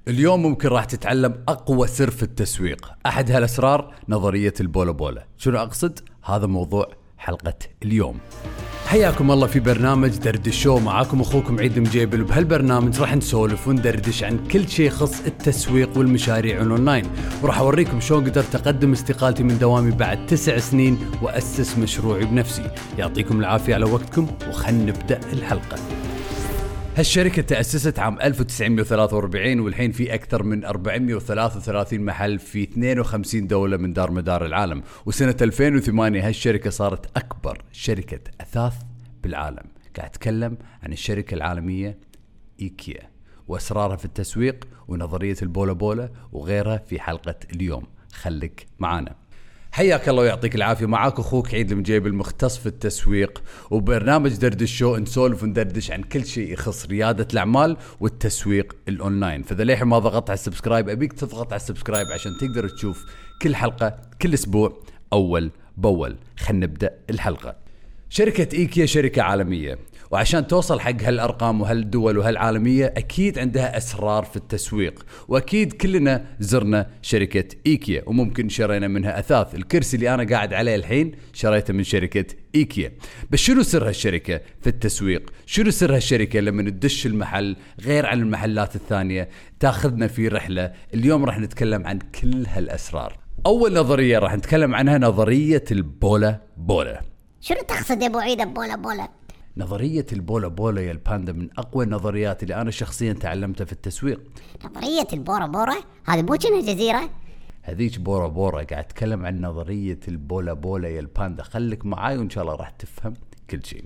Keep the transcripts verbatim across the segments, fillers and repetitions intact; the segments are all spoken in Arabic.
اليوم ممكن راح تتعلم أقوى سر في التسويق. أحد هالأسرار نظرية البولا بولا. شنو أقصد؟ هذا موضوع حلقة اليوم. حياكم الله في برنامج دردشو، معاكم أخوكم عيد مجيبل. وبهالبرنامج راح نسولف وندردش عن كل شيء يخص التسويق والمشاريع الأونلاين، وراح أوريكم شلون قدرت أقدم استقالتي من دوامي بعد تسع سنين وأسس مشروعي بنفسي. يعطيكم العافية على وقتكم، وخلنا نبدأ الحلقة. هالشركة تأسست عام ألف وتسعمائة وثلاثة وأربعين، والحين في أكثر من أربعمائة وثلاثة وثلاثين محل في اثنين وخمسين دولة من دار مدار العالم. وسنة ألفين وثمانية هالشركة صارت أكبر شركة أثاث بالعالم. قاعد أتكلم عن الشركة العالمية إيكيا وأسرارها في التسويق ونظرية البولا بولا وغيرها في حلقة اليوم. خليك معانا. حياك الله ويعطيك العافية. معاك أخوك عيد المجيبل المختص في التسويق، وبرنامج دردش شو نسولف وندردش عن كل شيء يخص ريادة الأعمال والتسويق الأونلاين. فإذا ليح ما ضغطت على السبسكرايب أبيك تضغط على السبسكرايب عشان تقدر تشوف كل حلقة كل أسبوع أول بأول. خلينا نبدأ الحلقة. شركة إيكيا شركة عالمية، وعشان توصل حق هالأرقام وهالدول وهالعالمية أكيد عندها أسرار في التسويق. وأكيد كلنا زرنا شركة إيكيا وممكن شرينا منها أثاث. الكرسي اللي أنا قاعد عليه الحين شريته من شركة إيكيا. بس شنو سر هالشركة في التسويق؟ شنو سر هالشركة لما ندش المحل غير عن المحلات الثانية؟ تاخذنا في رحلة. اليوم راح نتكلم عن كل هالأسرار. أول نظرية راح نتكلم عنها نظرية البولا بولا. شنو تقصد يا ابو عيد بولا بولا؟ نظرية البولا بولا يا الباندا من أقوى النظريات اللي أنا شخصيا تعلمتها في التسويق. نظرية البورا بورا هذه مو كأنها جزيرة؟ هذيك بورا بورا. قاعد أتكلم عن نظرية البولا بولا يا الباندا. خليك معاي وإن شاء الله راح تفهم كل شيء.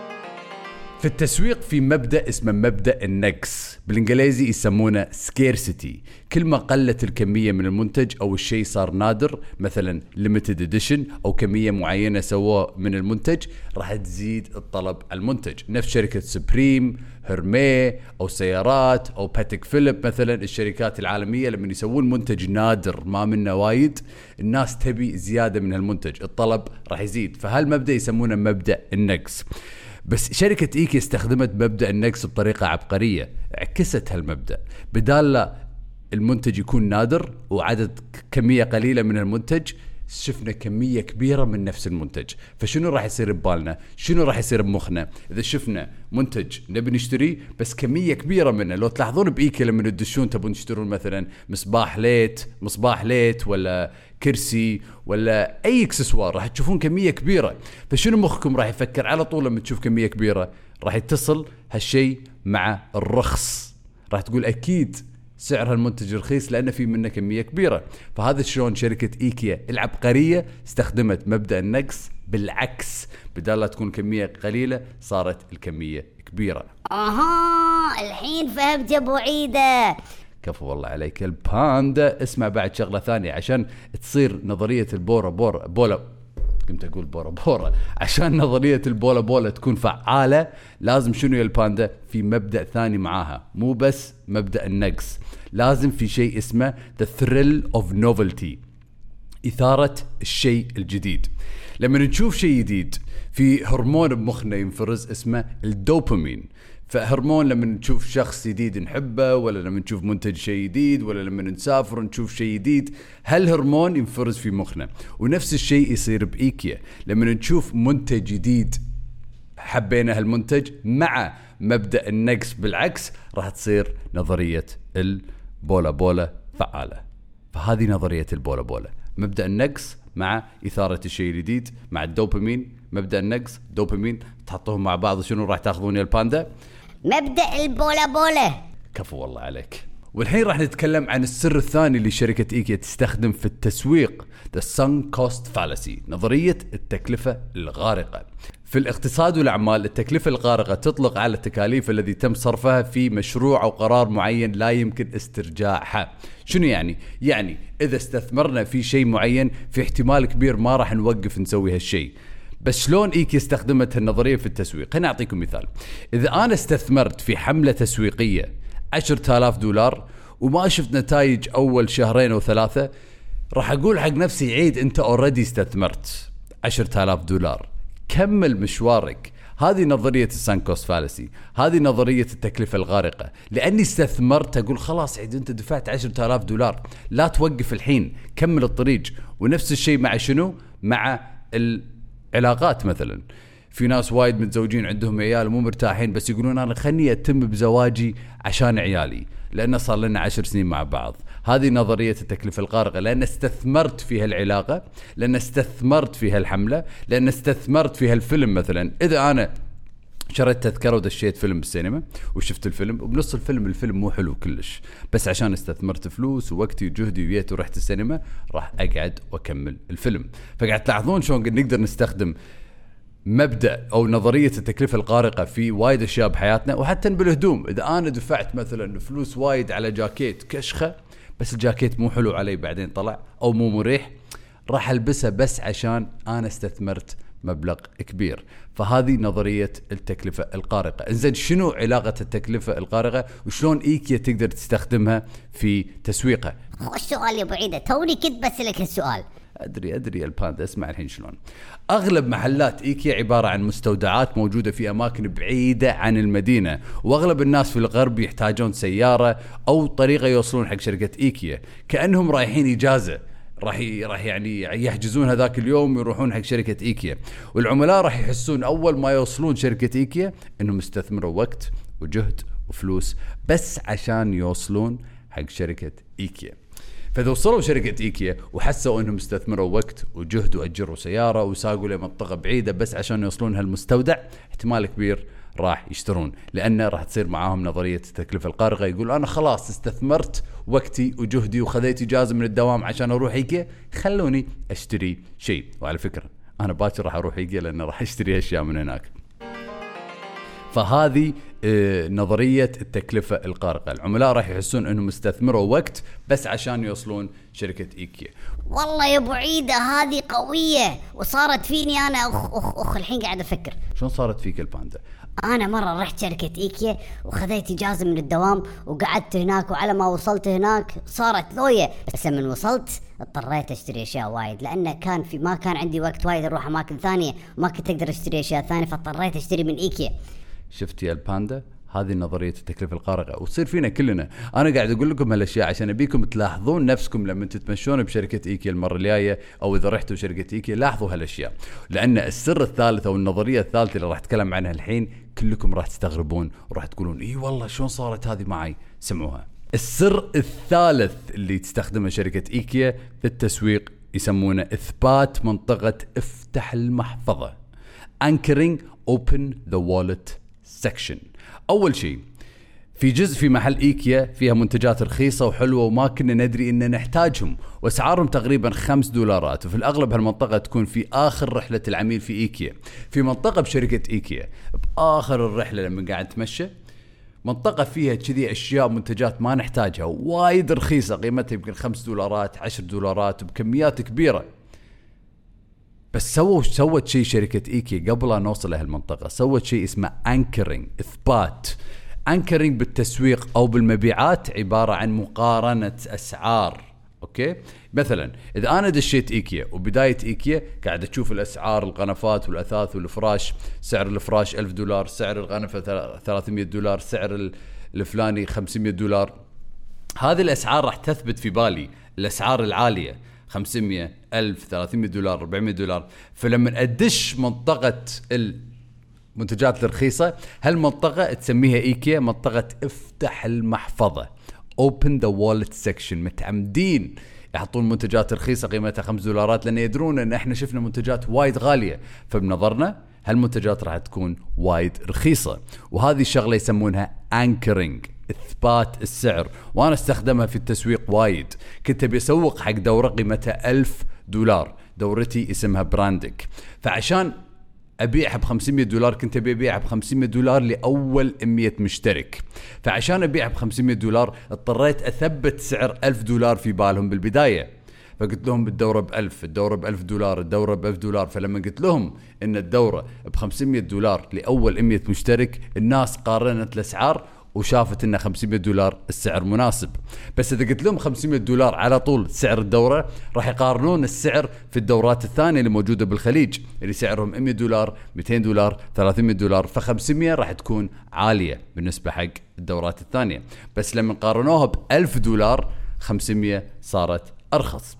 في التسويق في مبدأ اسمه مبدأ النقص، بالإنجليزي يسمونه scarcity. كل ما قلت الكمية من المنتج أو الشيء صار نادر، مثلا limited edition أو كمية معينة سووه من المنتج، راح تزيد الطلب على المنتج. نفس شركة سبريم، هرمي أو سيارات أو باتيك فيليب مثلا، الشركات العالمية لما يسوون منتج نادر ما منه وايد، الناس تبي زيادة من هالمنتج، الطلب راح يزيد. فهالمبدأ يسمونه مبدأ النقص. بس شركة إيكيا استخدمت مبدأ النقص بطريقة عبقرية، عكست هالمبدأ. بدال لا المنتج يكون نادر وعدد كمية قليلة من المنتج، شفنا كمية كبيرة من نفس المنتج. فشنو راح يصير ببالنا؟ شنو راح يصير بمخنا إذا شفنا منتج نبي نشتري بس كمية كبيرة منه؟ لو تلاحظون بإيكيا لما تدشون تبون تشترون مثلا مصباح ليت مصباح ليت ولا كرسي ولا أي اكسسوار، راح تشوفون كمية كبيرة. فشنو مخكم راح يفكر على طول لما تشوف كمية كبيرة؟ راح يتصل هالشيء مع الرخص. راح تقول أكيد سعر هالمنتج رخيص لأنه في منه كمية كبيرة. فهذا شلون شركة إيكيا العبقرية استخدمت مبدأ النقص بالعكس. بدال لا تكون كمية قليلة صارت الكمية كبيرة. اها الحين فهمت يا ابو عيدة. كفو والله عليك الباندا. اسمع بعد شغلة ثانية عشان تصير نظرية البورا بورا بولا كنت أقول بورا بورا عشان نظرية البولا بولا تكون فعالة لازم شنو يا الباندا؟ في مبدأ ثاني معاها، مو بس مبدأ النقص. لازم في شيء اسمه the thrill of novelty، إثارة الشيء الجديد. لما نشوف شيء جديد في هرمون بمخنا ينفرز اسمه الدوبامين. فهرمون لما نشوف شخص جديد نحبه، ولا لما نشوف منتج شيء جديد، ولا لما نسافر نشوف شيء جديد، هالهرمون ينفرز في مخنا. ونفس الشيء يصير بإيكيا. لما نشوف منتج جديد حبينا هالمنتج مع مبدأ النقص بالعكس، راح تصير نظرية البولا بولا فعالة. فهذه نظرية البولا بولا، مبدأ النقص مع إثارة الشيء الجديد مع الدوبامين. مبدأ النقص دوبامين تحطوهم مع بعض، شنو راح تاخذون يا الباندا؟ مبدأ البولا بولا. كفو والله عليك. والحين راح نتكلم عن السر الثاني اللي شركة إيكيا تستخدم في التسويق، The Sunk Cost Fallacy، نظرية التكلفة الغارقة. في الاقتصاد والأعمال التكلفة الغارقة تطلق على التكاليف التي تم صرفها في مشروع أو قرار معين لا يمكن استرجاعها. شنو يعني؟ يعني إذا استثمرنا في شيء معين في احتمال كبير ما راح نوقف نسوي هالشيء. بس شلون إيكيا استخدمت هالنظرية في التسويق؟ خليني أعطيكم مثال. إذا أنا استثمرت في حملة تسويقية عشرة آلاف دولار وما شفت نتائج أول شهرين أو ثلاثة، راح أقول حق نفسي عيد أنت أوريدي استثمرت عشرة آلاف دولار، كمل مشوارك. هذه نظرية السانكوست فالسي، هذه نظرية التكلفة الغارقة. لأني استثمرت أقول خلاص عيد أنت دفعت عشرة آلاف دولار، لا توقف الحين، كمل الطريق. ونفس الشيء مع شنو؟ مع العلاقات. مثلا في ناس وايد متزوجين عندهم عيال مو مرتاحين، بس يقولون أنا خلني أتم بزواجي عشان عيالي، لأنه صار لنا عشر سنين مع بعض. هذه نظرية التكلفة الغارقة، لأن استثمرت في هالعلاقة، لأن استثمرت في هالحملة، لأن استثمرت في هالفيلم. مثلا إذا أنا شريت تذكرة ودشيت فيلم بالسينما وشفت الفيلم، وبنص الفيلم الفيلم مو حلو كلش، بس عشان استثمرت فلوس ووقتي وجهدي ويت ورحت السينما، راح أقعد وأكمل الفيلم. فقاعد تلاحظون شلون نقدر نستخدم مبدأ أو نظرية التكلفة الغارقة في وايد أشياء بحياتنا. وحتى بالهدوم، إذا أنا دفعت مثلا فلوس وايد على جاكيت كشخة، بس الجاكيت مو حلو علي بعدين طلع أو مو مريح، راح ألبسه بس عشان أنا استثمرت مبلغ كبير. فهذه نظرية التكلفة الغارقة. إنزين شنو علاقة التكلفة الغارقة وشلون إيكيا تقدر تستخدمها في تسويقها؟ خوش سؤال يا أبو عيدة، توني كنت بسألك السؤال. أدري أدري الباندا، اسمع الحين شلون. أغلب محلات إيكيا عبارة عن مستودعات موجودة في أماكن بعيدة عن المدينة، وأغلب الناس في الغرب يحتاجون سيارة أو طريقة يوصلون حق شركة إيكيا، كأنهم رايحين إجازة، راح راح يعني يحجزون هذاك اليوم ويروحون حق شركة إيكيا. والعملاء راح يحسون أول ما يوصلون شركة إيكيا إنهم استثمروا وقت وجهد وفلوس بس عشان يوصلون حق شركة إيكيا. فإذا وصلوا شركة إيكيا وحسوا أنهم استثمروا وقت وجهد وأجروا سيارة وساقوا لمنطقة بعيدة بس عشان يوصلون هالمستودع، احتمال كبير راح يشترون، لأنه راح تصير معاهم نظرية التكلفة الغارقة. يقول أنا خلاص استثمرت وقتي وجهدي وخذيت إجازة من الدوام عشان أروح إيكيا، خلوني أشتري شيء. وعلى فكرة أنا باكر راح أروح إيكيا لأنه راح أشتري أشياء من هناك. فهذه نظرية التكلفة الغارقة. العملاء راح يحسون أنهم استثمروا وقت بس عشان يوصلون شركة إيكيا. والله يا أبو عيدة هذه قوية وصارت فيني أنا. أخ أخ أخ الحين قاعد أفكر شلون صارت فيك الباندا؟ أنا مرة رحت شركة إيكيا وخذيت إجازة من الدوام وقعدت هناك، وعلى ما وصلت هناك صارت ذوية، بس من وصلت اضطريت أشتري أشياء وايد، لأنه كان في ما كان عندي وقت وايد أروح أماكن ثانية، ما كنت أقدر أشتري أشياء ثانية، فاضطريت أشتري من إيكيا. شفت يا الباندا؟ هذه نظرية التكلفة الغارقة وتصير فينا كلنا. أنا قاعد أقول لكم هالأشياء عشان أبيكم تلاحظون نفسكم لما تتمشون بشركة إيكيا المرة الجاية، أو إذا رحتوا شركة إيكيا لاحظوا هالأشياء، لأن السر الثالث أو النظرية الثالثة اللي راح أتكلم عنها الحين كلكم راح تستغربون وراح تقولون إيه والله شلون صارت هذه معي. سمعوها. السر الثالث اللي تستخدمه شركة إيكيا في التسويق يسمونه إثبات منطقة افتح المحفظة. Anchoring Open the Wallet Section. أول شيء في جزء في محل إيكيا فيها منتجات رخيصة وحلوة وما كنا ندري إن نحتاجهم، وأسعارهم تقريبا خمس دولارات، وفي الأغلب هالمنطقة تكون في آخر رحلة العميل في إيكيا. في منطقة بشركة إيكيا بآخر الرحلة لما قاعد تمشى، منطقة فيها كذي أشياء منتجات ما نحتاجها وايد رخيصة، قيمتها يمكن خمس دولارات عشر دولارات وبكميات كبيرة. بس سووا سوت شيء شركة إيكيا قبل أن نوصل لهالمنطقة، سوت شيء اسمه anchoring، إثبات. anchoring بالتسويق أو بالمبيعات عبارة عن مقارنة أسعار. أوكي، مثلا إذا أنا دشيت إيكيا وبداية إيكيا قاعد تشوف الأسعار، الغنفات والأثاث والفراش، سعر الفراش ألف دولار، سعر الغنفة ثلاثمية دولار، سعر الفلاني خمسمية دولار. هذه الأسعار راح تثبت في بالي، الأسعار العالية خمسمية ألف ثلاثمية دولار أربعمية دولار. فلما أدش منطقة المنتجات الرخيصة، هالمنطقة تسميها إيكيا منطقة افتح المحفظة، Open the Wallet Section. متعمدين يحطون منتجات رخيصة قيمتها خمس دولارات لأن يدرون أن احنا شفنا منتجات وايد غالية، فبنظرنا هالمنتجات راح تكون وايد رخيصة. وهذه الشغلة يسمونها anchoring، إثبات السعر. وأنا استخدمها في التسويق وايد. كنت بيسوق حق دورة قيمتها ألف دولار، دورتي اسمها براندك، فعشان أبيعها بخمسمية دولار كنت ببيعها بخمسمية دولار لأول مية مشترك. فعشان أبيعها بخمسمية دولار اضطريت أثبت سعر ألف دولار في بالهم بالبداية، فقلت لهم بالدورة بألف، الدورة بألف دولار، الدورة بألف دولار. فلما قلت لهم إن الدورة بخمسمية دولار لأول مية مشترك، الناس قارنت الأسعار وشافت إن خمسمية دولار السعر مناسب. بس إذا قلت لهم خمسمية دولار على طول سعر الدورة، راح يقارنون السعر في الدورات الثانية اللي موجودة بالخليج اللي سعرهم مية دولار، مئتين دولار، ثلاثمية دولار، فخمسمية راح تكون عالية بالنسبة حق الدورات الثانية. بس لما قارنوها بألف دولار خمسمية صارت أرخص.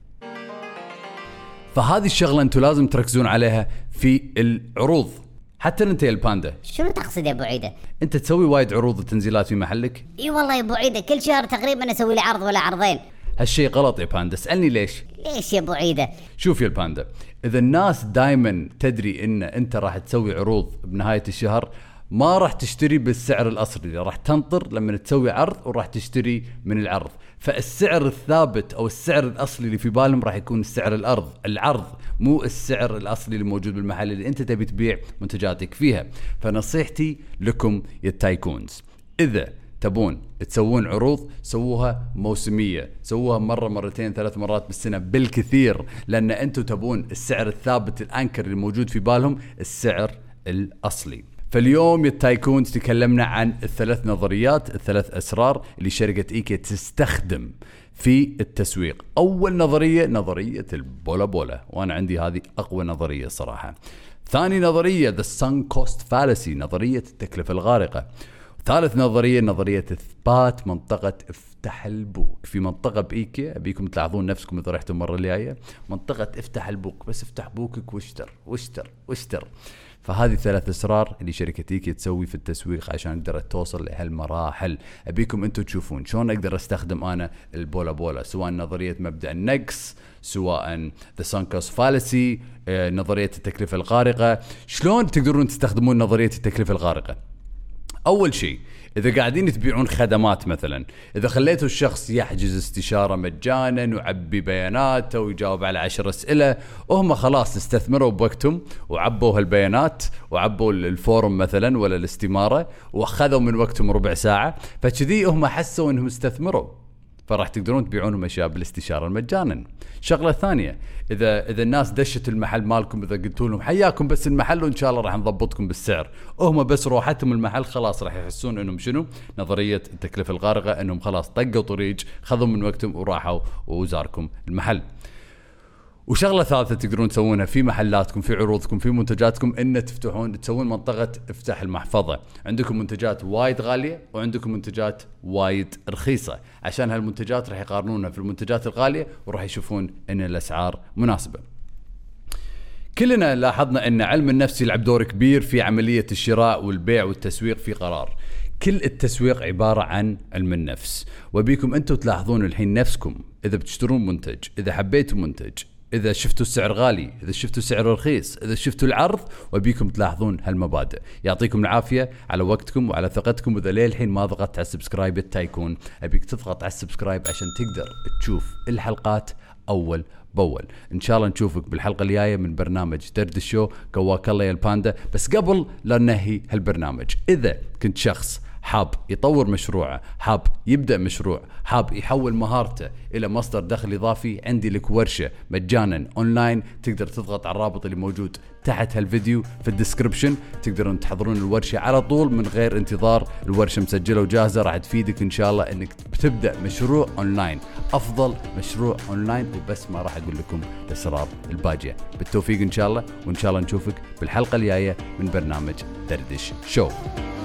فهذه الشغلة أنتوا لازم تركزون عليها في العروض. حتى انت يا الباندا، شنو تقصد يا ابو عيده؟ انت تسوي وايد عروض وتنزيلات في محلك؟ اي والله يا ابو عيده، كل شهر تقريبا اسوي لي عرض ولا عرضين. هالشيء غلط يا باندا، اسألني ليش. ليش يا ابو عيده؟ شوف يا الباندا، اذا الناس دايما تدري ان انت راح تسوي عروض بنهاية الشهر، ما راح تشتري بالسعر الأصلي، راح تنطر لما تسوي عرض وراح تشتري من العرض. فالسعر الثابت أو السعر الأصلي اللي في بالهم راح يكون السعر الأرض العرض، مو السعر الأصلي اللي موجود بالمحل اللي أنت تبي تبيع منتجاتك فيها. فنصيحتي لكم يا التايكونز، إذا تبون تسوون عروض سووها موسمية، سووها مرة مرتين ثلاث مرات بالسنة بالكثير، لأن أنتوا تبون السعر الثابت الأنكر اللي موجود في بالهم السعر الأصلي. فاليوم يا التايكونز تكلمنا عن الثلاث نظريات، الثلاث أسرار اللي شركة إيكيا تستخدم في التسويق. أول نظرية نظرية البولا بولا، وأنا عندي هذه أقوى نظرية صراحة. ثاني نظرية the sunk cost fallacy، نظرية التكلفة الغارقة. ثالث نظرية نظرية إثبات منطقة افتح البوك. في منطقة بإيكيا أبيكم تلاحظون نفسكم إذا رحتوا مرة اللي جاية، منطقة افتح البوك، بس افتح بوكك واشتر واشتر واشتر. فهذه ثلاث أسرار اللي شركة إيكيا تسوي في التسويق عشان قدرت توصل لهالمراحل. أبيكم أنتوا تشوفون شلون أقدر أستخدم أنا البولا بولا، سواء نظرية مبدأ النقص، سواء the sunk cost fallacy، نظرية التكلفة الغارقة. شلون تقدرون تستخدمون نظرية التكلفة الغارقة؟ أول شيء، إذا قاعدين تبيعون خدمات مثلا، إذا خليتوا الشخص يحجز استشارة مجانا ويعبي بياناته ويجاوب على عشر أسئلة، وهم خلاص استثمروا بوقتهم وعبوا هالبيانات وعبوا الفورم مثلا ولا الاستمارة وأخذوا من وقتهم ربع ساعة، فكذي هم حسوا إنهم استثمروا، فراح تقدرون تبيعونهم أشياء بالاستشارة مجانا. شغلة ثانية، إذا إذا الناس دشت المحل مالكم، إذا قلتوا لهم حياكم بس المحل وإن شاء الله راح نضبطكم بالسعر، وهم بس روحتهم المحل خلاص راح يحسون إنهم شنو؟ نظرية التكلفة الغارقة، إنهم خلاص طقوا طريق، خذوا من وقتهم وراحوا وزاركم المحل. وشغلة ثالثة تقدرون تسوونها في محلاتكم، في عروضكم، في منتجاتكم، إن تفتحون تسوون منطقة افتح المحفظة. عندكم منتجات وايد غالية وعندكم منتجات وايد رخيصة، عشان هالمنتجات راح يقارنونها في المنتجات الغالية وراح يشوفون إن الأسعار مناسبة. كلنا لاحظنا إن علم النفس يلعب دور كبير في عملية الشراء والبيع والتسويق في قرار. كل التسويق عبارة عن علم النفس، وبيكم أنتوا تلاحظون الحين نفسكم إذا بتشترون منتج، إذا حبيتوا منتج، إذا شفتوا السعر غالي، إذا شفتوا السعر رخيص، إذا شفتوا العرض، وبيكم تلاحظون هالمبادئ. يعطيكم العافية على وقتكم وعلى ثقتكم. وإذا ليه الحين ما ضغطت على السبسكرايب التايكون، أبيك تضغط على السبسكرايب عشان تقدر تشوف الحلقات أول بأول. إن شاء الله نشوفك بالحلقة الجاية من برنامج درد الشو. قواك الله يا الباندا. بس قبل لا ننهي هالبرنامج، إذا كنت شخص حاب يطور مشروعه، حاب يبدأ مشروع، حاب يحول مهارته إلى مصدر دخل إضافي، عندي لك ورشة مجانا أونلاين. تقدر تضغط على الرابط اللي موجود تحت هالفيديو في الديسكريبشن، تقدرون تحضرون الورشة على طول من غير انتظار. الورشة مسجلة وجاهزة، راح تفيدك إن شاء الله إنك بتبدأ مشروع أونلاين، أفضل مشروع أونلاين. وبس ما راح أقول لكم الأسرار الباجية. بالتوفيق إن شاء الله، وإن شاء الله نشوفك بالحلقة الجاية من برنامج دردش شو.